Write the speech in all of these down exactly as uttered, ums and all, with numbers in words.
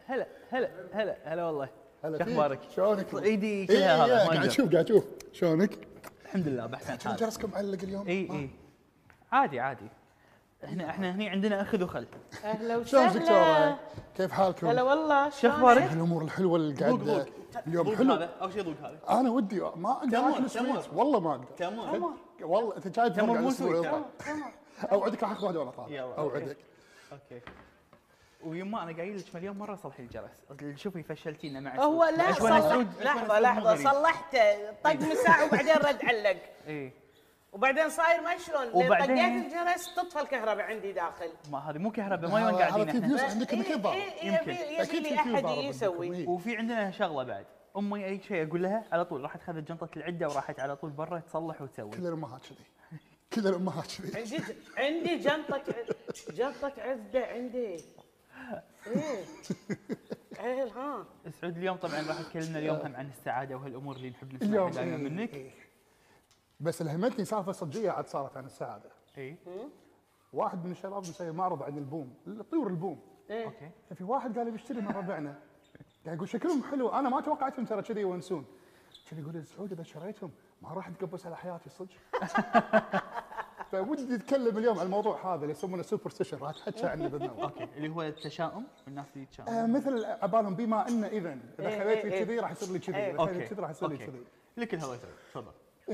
هلا هلا هلا هلا والله. هلا شو اخبارك؟ شلونك؟ ايدي كلها هذا قاعد اشوف قاعد اشوف شلونك؟ الحمد لله باحسن حال. جرسكم معلق اليوم؟ اي اي عادي عادي. احنا احنا هني عندنا اخذ وخل. اهلا شلون وسهلا. دكتوره؟ كيف حالكم؟ هلا والله. شو اخبارك؟ الامور الحلوه اللي ذوق ذوق قاعد اليوم ذوق حلو. هذا اول شيء ذوق هذا. انا ودي ما اقدر تمر، اكل تمر. سويت والله ما اقدر. تمر. والله انت جاي تمر تفرق مو على سويت، الاسبوع اوعدك راح اخذ واحده وانا طالع يلا، اوعدك. اوكي. ويما انا قايل لك مليون مره صلحي الجرس، شوفي فشلتينا مع هو سعود. لا عشوان صلح سعود- عشوان لحظه سعود مو لحظه غريب. صلحته طق ساعه وبعدين رد علق ايه وبعدين صاير ما شلون لين وبعدين- طقيت الجرس تطفى الكهرباء عندي داخل. ما هذه مو كهرباء، ما يوم هذا- هذا قاعدين في احنا. فيوز عندكم اكيد ضابط. يمكن. يبي أكيد لي في فيوز احد ضابط يسوي. عندكم، إيه. وفي عندنا شغله بعد، امي اي شيء اقول لها على طول راحت خذت جنطه العده وراحت على طول برا تصلح وتسوي. كل الامهات كذي كل الامهات كذي. عندي عندي جنطه جنطه عزه عندي. ايه عيل ها. سعود اليوم طبعا راح تكلمنا اليوم هم عن السعاده وهالامور اللي نحب اليوم نسمعها دائما إيه، منك. إيه. بس اللي همتني سالفه صجيه عاد صارت عن السعاده. اي واحد من الشباب مسوي معرض عن البوم، الطيور البوم. ايه اوكي. ففي واحد قال لي بيشتري من ربعنا، قاعد يقول شكلهم حلو، انا ما توقعتهم ترى كذي يونسون. كان يقول لي سعود اذا شريتهم ما راح تقبس على حياتي صدق. فودي اتكلم اليوم عن الموضوع هذا اللي يسمونه سوبر ستيشن، راح اتحكى عنه باذن الله. اوكي اللي هو التشاؤم، الناس اللي آه يتشائمون. مثل عبالهم بما انه اذا اذا إيه، خليت إيه، لي إيه. كذي راح يصير لي كذي، إيه. اذا خليت لي اوكي كذي راح يصير لي اوكي كذي. لك الهواء سعود تفضل.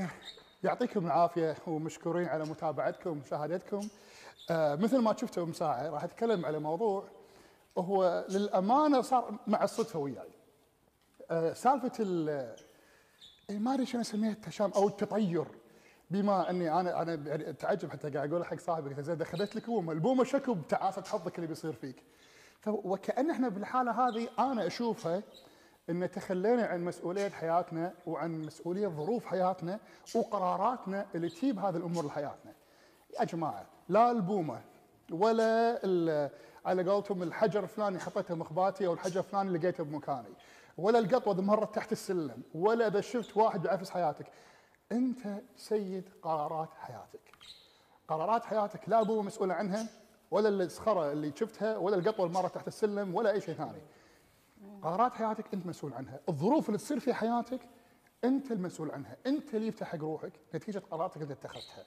يعطيكم العافيه ومشكورين على متابعتكم ومشاهدتكم. آه مثل ما شفتوا من ساعه راح اتكلم على موضوع هو للامانه صار مع الصدفه وياي. آه سالفه ال إيه ما ادري شنو اسميها التشام او التطير، بما اني انا انا يعني اتعجب حتى قاعد اقول حق صاحبي قلت له زين دخلت لك بومه، البومه شكو بتعاسه حظك اللي بيصير فيك. وكأن احنا بالحاله هذه انا اشوفها ان تخلينا عن مسؤوليه حياتنا وعن مسؤوليه ظروف حياتنا وقراراتنا اللي تجيب هذه الامور لحياتنا. يا جماعه لا البومه ولا على قولتهم الحجر الفلاني حطيته مخباتي او الحجر الفلاني لقيته بمكاني، ولا القطوه اذا مرت تحت السلم، ولا اذا شفت واحد بعفس حياتك. انت سيد قرارات حياتك. قرارات حياتك لا ابوه مسؤول عنها، ولا الصخره اللي شفتها، ولا القطوه اللي مرت تحت السلم، ولا اي شيء ثاني. قرارات حياتك انت مسؤول عنها، الظروف اللي تصير في حياتك انت المسؤول عنها، انت اللي يفتح حق روحك نتيجه قراراتك اللي اتخذتها.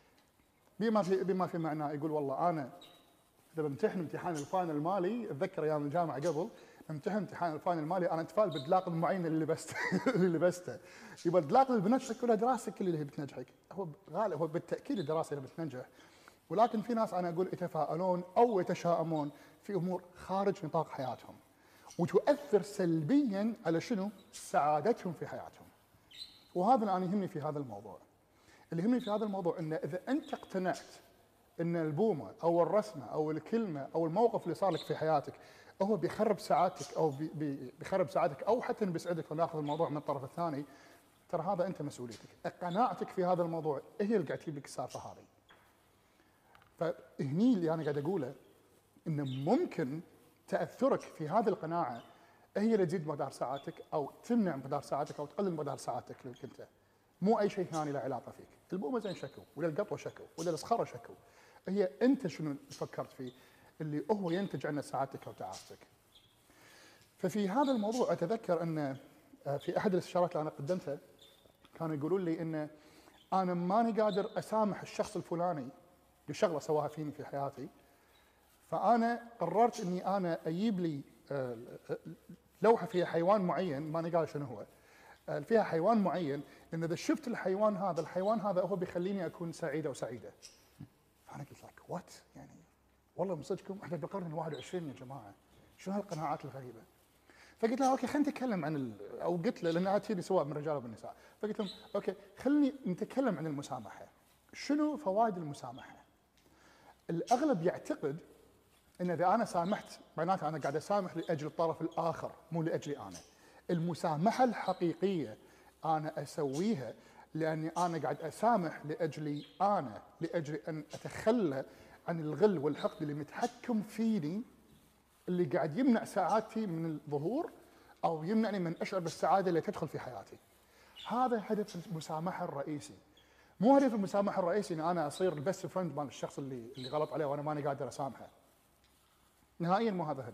بما في بما في معناه يقول والله انا اذا بمتحن امتحان الفاينل المالي، اتذكر ايام الجامعه قبل امتحن امتحان الفاينل المالي انا اتفائل بالدلاق المعين اللي لبسته اللي لبسته. يبقى الدلاق اللي بنجحك ولا دراستك اللي هي بتنجحك؟ هو غالب هو بالتاكيد الدراسه اللي بتنجح. ولكن في ناس انا اقول يتفائلون او يتشائمون في امور خارج نطاق حياتهم وتؤثر سلبيا على شنو؟ سعادتهم في حياتهم. وهذا اللي انا يهمني في هذا الموضوع. اللي يهمني في هذا الموضوع ان اذا انت اقتنعت ان البومه او الرسمه او الكلمه او الموقف اللي صار لك في حياتك هو بيخرب سعادتك او بي بي بيخرب سعادتك او حتى بيسعدك وناخذ الموضوع من الطرف الثاني، ترى هذا انت مسؤوليتك، قناعتك في هذا الموضوع هي اللي قاعد تجيب لك السالفه هذه. فهني اللي انا قاعد اقوله انه ممكن تاثرك في هذه القناعه هي اللي تزيد مقدار سعادتك او تمنع مقدار سعادتك او تقلل مقدار سعادتك لك انت. مو اي شيء ثاني له علاقه فيك، البومه زين شكو ولا القطوه شكو ولا الصخره شكو، هي انت شنو فكرت فيه اللي هو ينتج عنه سعادتك او تعاستك. ففي هذا الموضوع اتذكر ان في احد الاستشارات اللي انا قدمتها كانوا يقولون لي ان انا ماني قادر اسامح الشخص الفلاني لشغله سواها فيني في حياتي، فانا قررت اني انا اجيب لي لوحه فيها حيوان معين ماني قادر شنو هو، فيها حيوان معين ان اذا شفت الحيوان هذا الحيوان هذا هو بيخليني اكون سعيده وسعيده. فانا قلت لك وات يعني والله من صدقكم احنا بالقرن الواحد والعشرين يا جماعه، شنو هالقناعات الغريبه؟ فقلت له اوكي خلينا نتكلم عن ال... او قلت له لانها تجيني سواء من الرجال وبالنساء، فقلت لهم اوكي خليني نتكلم عن المسامحه. شنو فوائد المسامحه؟ الاغلب يعتقد ان اذا انا سامحت معناته انا قاعد اسامح لاجل الطرف الاخر مو لاجلي انا. المسامحه الحقيقيه انا اسويها لاني انا قاعد اسامح لاجلي انا، لاجل ان اتخلى عن الغل والحقد اللي متحكم فيني اللي قاعد يمنع سعادتي من الظهور او يمنعني من اشعر بالسعاده اللي تدخل في حياتي. هذا هدف المسامحه الرئيسي. مو هدف المسامحه الرئيسي ان انا اصير البست فريند مال الشخص اللي اللي غلط عليه وانا ماني قادر اسامحه. نهائيا مو هذا الهدف.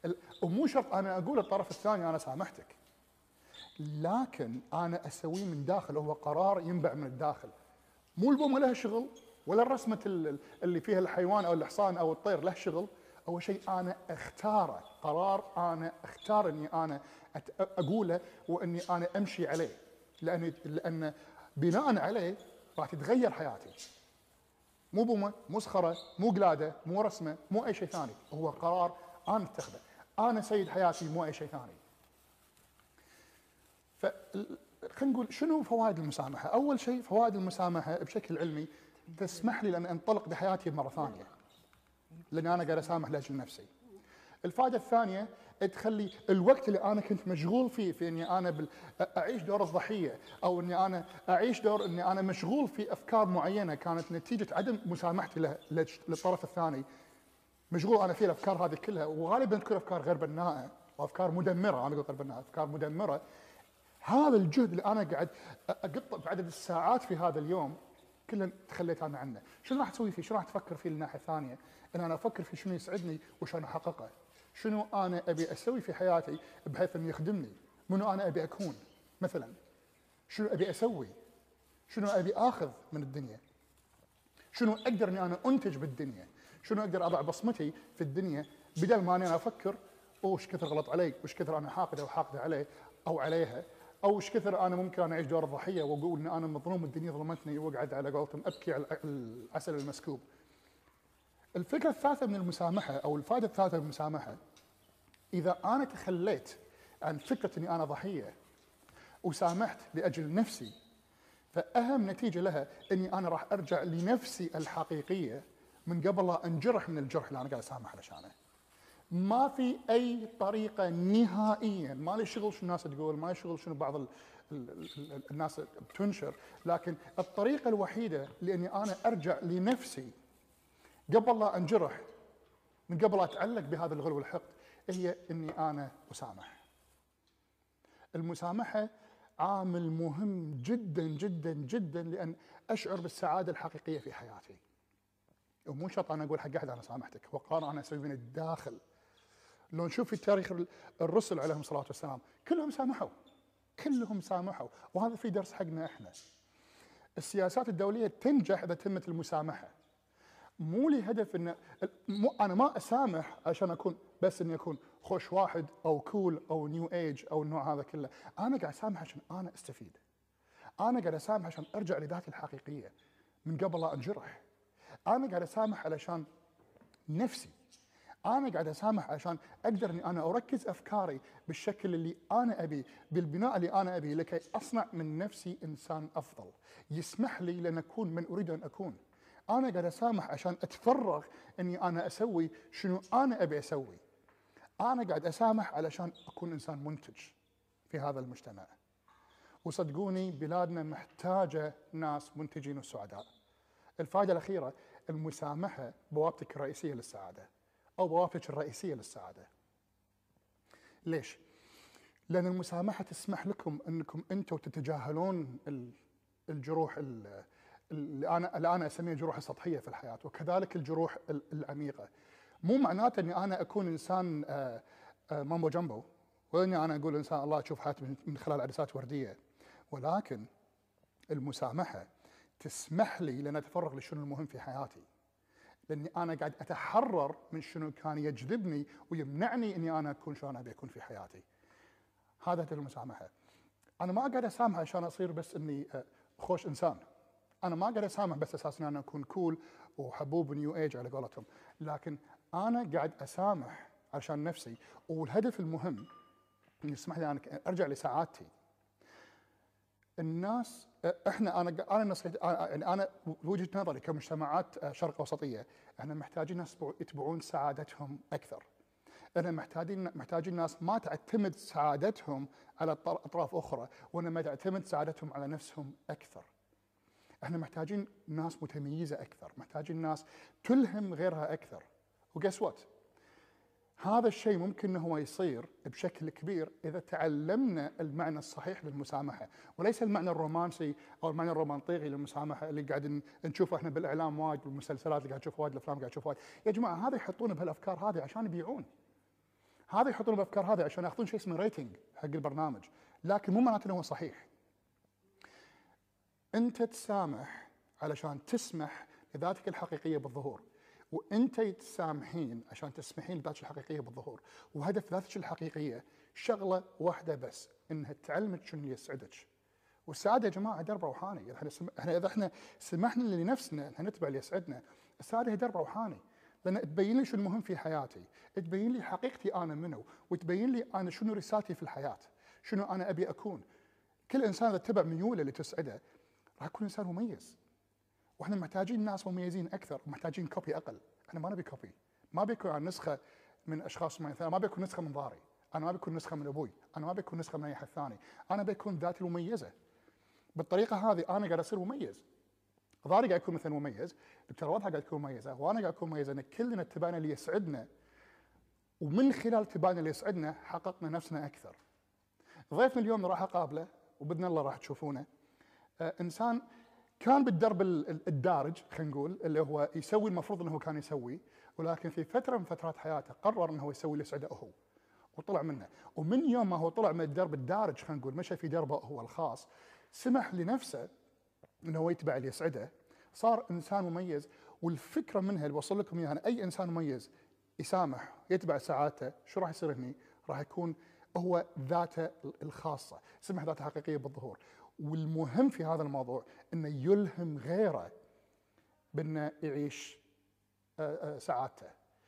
ال- ومو شرط انا اقول الطرف الثاني انا سامحتك، لكن انا اسويه من داخل، هو قرار ينبع من الداخل. مو البومه لها شغل، ولا الرسمه ال- اللي فيها الحيوان او الحصان او الطير له شغل. اول شيء انا اختاره، قرار انا اختار اني انا أت- اقوله واني انا امشي عليه، لان لان بناء عليه راح تتغير حياتي. مو بومه، مو صخره، مو قلاده، مو رسمه، مو اي شيء ثاني، هو قرار انا اتخذه. انا سيد حياتي، مو اي شيء ثاني. ف خلينا نقول شنو فوائد المسامحه؟ اول شيء فوائد المسامحه بشكل علمي تسمح لي ان انطلق بحياتي مره ثانيه، لاني انا قاعد اسامح لاجل نفسي. الفائده الثانيه تخلي الوقت اللي انا كنت مشغول فيه في اني انا بال... اعيش دور الضحيه، او اني انا اعيش دور اني انا مشغول في افكار معينه كانت نتيجه عدم مسامحتي له... للطرف الثاني. مشغول انا في الافكار هذه كلها، وغالبا تكون افكار غير بناءه وافكار مدمره. انا اقول غير بناءه، افكار مدمره. هذا الجهد اللي انا قاعد اقطه بعدد الساعات في هذا اليوم كله تخليت انا عنه. شنو راح اسوي فيه؟ شنو راح تفكر فيه الناحيه الثانيه؟ ان انا افكر في شنو يسعدني وشلون احققه. شنو انا ابي اسوي في حياتي بحيث انه يخدمني؟ منو انا ابي اكون مثلا؟ شنو ابي اسوي؟ شنو ابي اخذ من الدنيا؟ شنو اقدر اني انا انتج بالدنيا؟ شنو اقدر اضع بصمتي في الدنيا بدل ما انا افكر وش كثر غلط علي، وش كثر انا حاقد او حاقده عليه او عليها، او وش كثر انا ممكن انا اعيش دور الضحيه واقول ان انا مظلوم، الدنيا ظلمتني، واقعد على قولتهم ابكي على العسل المسكوب. الفكره الثالثه من المسامحه او الفائده الثالثه من المسامحه، اذا انا تخليت عن فكره اني انا ضحيه وسامحت لاجل نفسي، فاهم نتيجه لها اني انا راح ارجع لنفسي الحقيقيه من قبل لا انجرح من الجرح اللي انا قاعد اسامح علشانه. ما في اي طريقه نهائيا، ما لي شغل شو الناس تقول، ما لي شغل شنو بعض ال ال ال الناس بتنشر، لكن الطريقه الوحيده لاني انا ارجع لنفسي قبل لا انجرح، من قبل لا اتعلق بهذا الغل والحقد، هي اني انا اسامح. المسامحه عامل مهم جدا جدا جدا لان اشعر بالسعاده الحقيقيه في حياتي. ومو شرط انا اقول حق احد انا سامحتك، هو قرار انا اسويه من الداخل. لو نشوف في تاريخ الرسل عليهم الصلاه والسلام كلهم سامحوا، كلهم سامحوا، وهذا في درس حقنا احنا. السياسات الدوليه تنجح اذا تمت المسامحه. مو لي هدف ان مو انا ما اسامح عشان اكون بس اني اكون خوش واحد او كول او نيو ايج او النوع هذا كله، انا قاعد اسامح عشان انا استفيد. انا قاعد اسامح عشان ارجع لذاتي الحقيقيه من قبل لا انجرح. انا قاعد اسامح علشان نفسي. انا قاعد اسامح عشان اقدر اني انا اركز افكاري بالشكل اللي انا ابيه، بالبناء اللي انا ابيه، لكي اصنع من نفسي انسان افضل يسمح لي لان اكون من اريد ان اكون. انا قاعد اسامح عشان اتفرغ اني انا اسوي شنو انا ابي اسوي. انا قاعد اسامح علشان اكون انسان منتج في هذا المجتمع. وصدقوني بلادنا محتاجه ناس منتجين وسعداء. الفائده الاخيره، المسامحه بوابتك الرئيسيه للسعاده او بوابتك الرئيسيه للسعاده. ليش؟ لان المسامحه تسمح لكم انكم انتم تتجاهلون الجروح اللي انا اللي انا اسميها الجروح السطحيه في الحياه، وكذلك الجروح العميقه. مو معناته اني انا اكون انسان مامبو جامبو، واني انا اقول انسان الله تشوف حياتي من خلال عدسات ورديه، ولكن المسامحه تسمح لي لان اتفرغ لشنو المهم في حياتي. لاني انا قاعد اتحرر من شنو كان يجذبني ويمنعني اني انا اكون شلون ابي اكون في حياتي. هذا هدف المسامحه. انا ما قاعد اسامح عشان اصير بس اني خوش انسان. انا ما قاعد اسامح بس اساس اني انا اكون كول وحبوب نيو ايج على قولتهم، لكن انا قاعد اسامح عشان نفسي. والهدف المهم اني يسمح لي انا ارجع لسعادتي. الناس احنا انا انا نصيحتي يعني انا بوجهه نظري كمجتمعات شرق اوسطيه، احنا محتاجين ناس يتبعون سعادتهم اكثر. احنا محتاجين محتاجين ناس ما تعتمد سعادتهم على اطراف اخرى، وانما تعتمد سعادتهم على نفسهم اكثر. احنا محتاجين ناس متميزه اكثر، محتاجين ناس تلهم غيرها اكثر. وقس وات؟ هذا الشيء ممكن انه هو يصير بشكل كبير اذا تعلمنا المعنى الصحيح للمسامحه، وليس المعنى الرومانسي او المعنى الرومانطيقي للمسامحه اللي قاعد نشوفه احنا بالاعلام وايد، بالمسلسلات اللي قاعد نشوفها وايد، الافلام قاعد نشوفها وايد. يا جماعه هذا يحطون بهالافكار هذه عشان يبيعون. هذا يحطون الافكار هذه عشان ياخذون شيء اسمه ريتنج حق البرنامج، لكن مو معناته انه هو صحيح. انت تسامح علشان تسمح لذاتك الحقيقيه بالظهور، وانت تسامحين عشان تسمحين لذاتك الحقيقيه بالظهور، وهدف ذاتك الحقيقيه شغله واحده بس، انها تعلمك شنو اللي يسعدك. والسعاده يا جماعه درب روحاني، احنا سم... احنا اذا احنا سمحنا لنفسنا ان نتبع اللي يسعدنا، السعاده هي درب روحاني، لان تبين لي شنو المهم في حياتي، تبين لي حقيقتي انا منو، وتبين لي انا شنو رسالتي في الحياه، شنو انا ابي اكون. كل انسان اذا اتبع ميوله اللي تسعده راح يكون انسان مميز. واحنا محتاجين ناس مميزين اكثر، ومحتاجين كوبي اقل. احنا ما نبي كوبي، ما بيكون عن نسخه من اشخاص معينين، ما بيكون نسخه من ضاري، انا ما بيكون نسخه من ابوي، انا ما بيكون نسخه من اي احد ثاني، انا بيكون ذاتي المميزه. بالطريقه هذه انا قاعد اصير مميز. ضاري قاعد يكون مثلا مميز، دكتور وضحى قاعد تكون مميزه، وانا قاعد اكون مميز، ان كلنا اتبعنا اللي يسعدنا، ومن خلال اتباعنا اللي يسعدنا حققنا نفسنا اكثر. ضيفنا اليوم راح اقابله وباذن الله راح تشوفونه. آه انسان كان بالدرب الدارج، خلينا نقول، اللي هو يسوي المفروض انه هو كان يسويه، ولكن في فتره من فترات حياته قرر انه هو يسوي اللي يسعده هو، وطلع منه. ومن يوم ما هو طلع من الدرب الدارج، خلينا نقول، مشى في دربه هو الخاص، سمح لنفسه انه هو يتبع اللي يسعده، صار انسان مميز. والفكره منها اللي بوصل لكم اياها، اي انسان مميز يسامح يتبع سعادته، شو راح يصير هني؟ راح يكون هو ذاته الخاصه، سمح ذاته الحقيقيه بالظهور. والمهم في هذا الموضوع انه يلهم غيره بانه يعيش سعادته.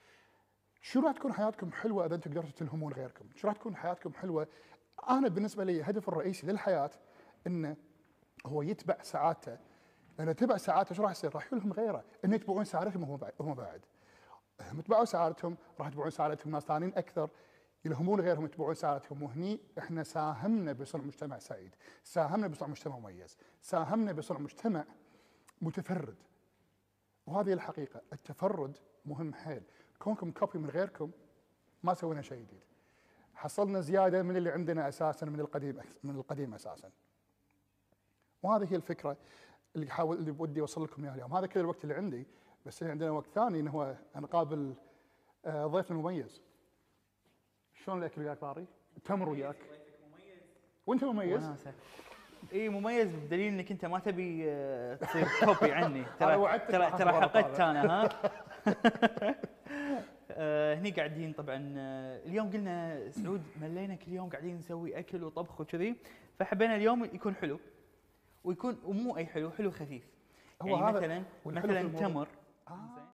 شو راح تكون حياتكم حلوه اذا انتم قدرتوا تلهمون غيركم؟ شو راح تكون حياتكم حلوه؟ انا بالنسبه لي الهدف الرئيسي للحياه انه هو يتبع سعادته. لانه يتبع سعادته شو راح يصير؟ راح يلهم غيره انه يتبعون سعادتهم وهم بعد، هم بعد. هم يتبعوا سعادتهم، راح يتبعون سعادتهم ناس ثانيين اكثر، يلهمون غيرهم يتبعون سعادتهم، وهني احنا ساهمنا بصنع مجتمع سعيد، ساهمنا بصنع مجتمع مميز، ساهمنا بصنع مجتمع متفرد. وهذه الحقيقه، التفرد مهم حيل. كونكم كوبي من غيركم ما سوينا شيء جديد. حصلنا زياده من اللي عندنا اساسا من القديم من القديم اساسا. وهذه هي الفكره اللي حاول اللي بودي اوصل لكم اياها اليوم. هذا كل الوقت اللي عندي، بس عندنا وقت ثاني انه هو نقابل ضيفنا المميز. شلون الاكل وياك طاري؟ التمر وياك؟ وانت مميز؟ اي مميز، بدليل انك انت ما تبي تصير كوبي عني. ترى ترى ترى حقدت انا. ها هني قاعدين طبعا اليوم قلنا سعود ملينا كل يوم قاعدين نسوي اكل وطبخ وكذي، فحبينا اليوم يكون حلو، ويكون ومو اي حلو، حلو خفيف. هو يعني هذا مثلا مثلا تمر. آه.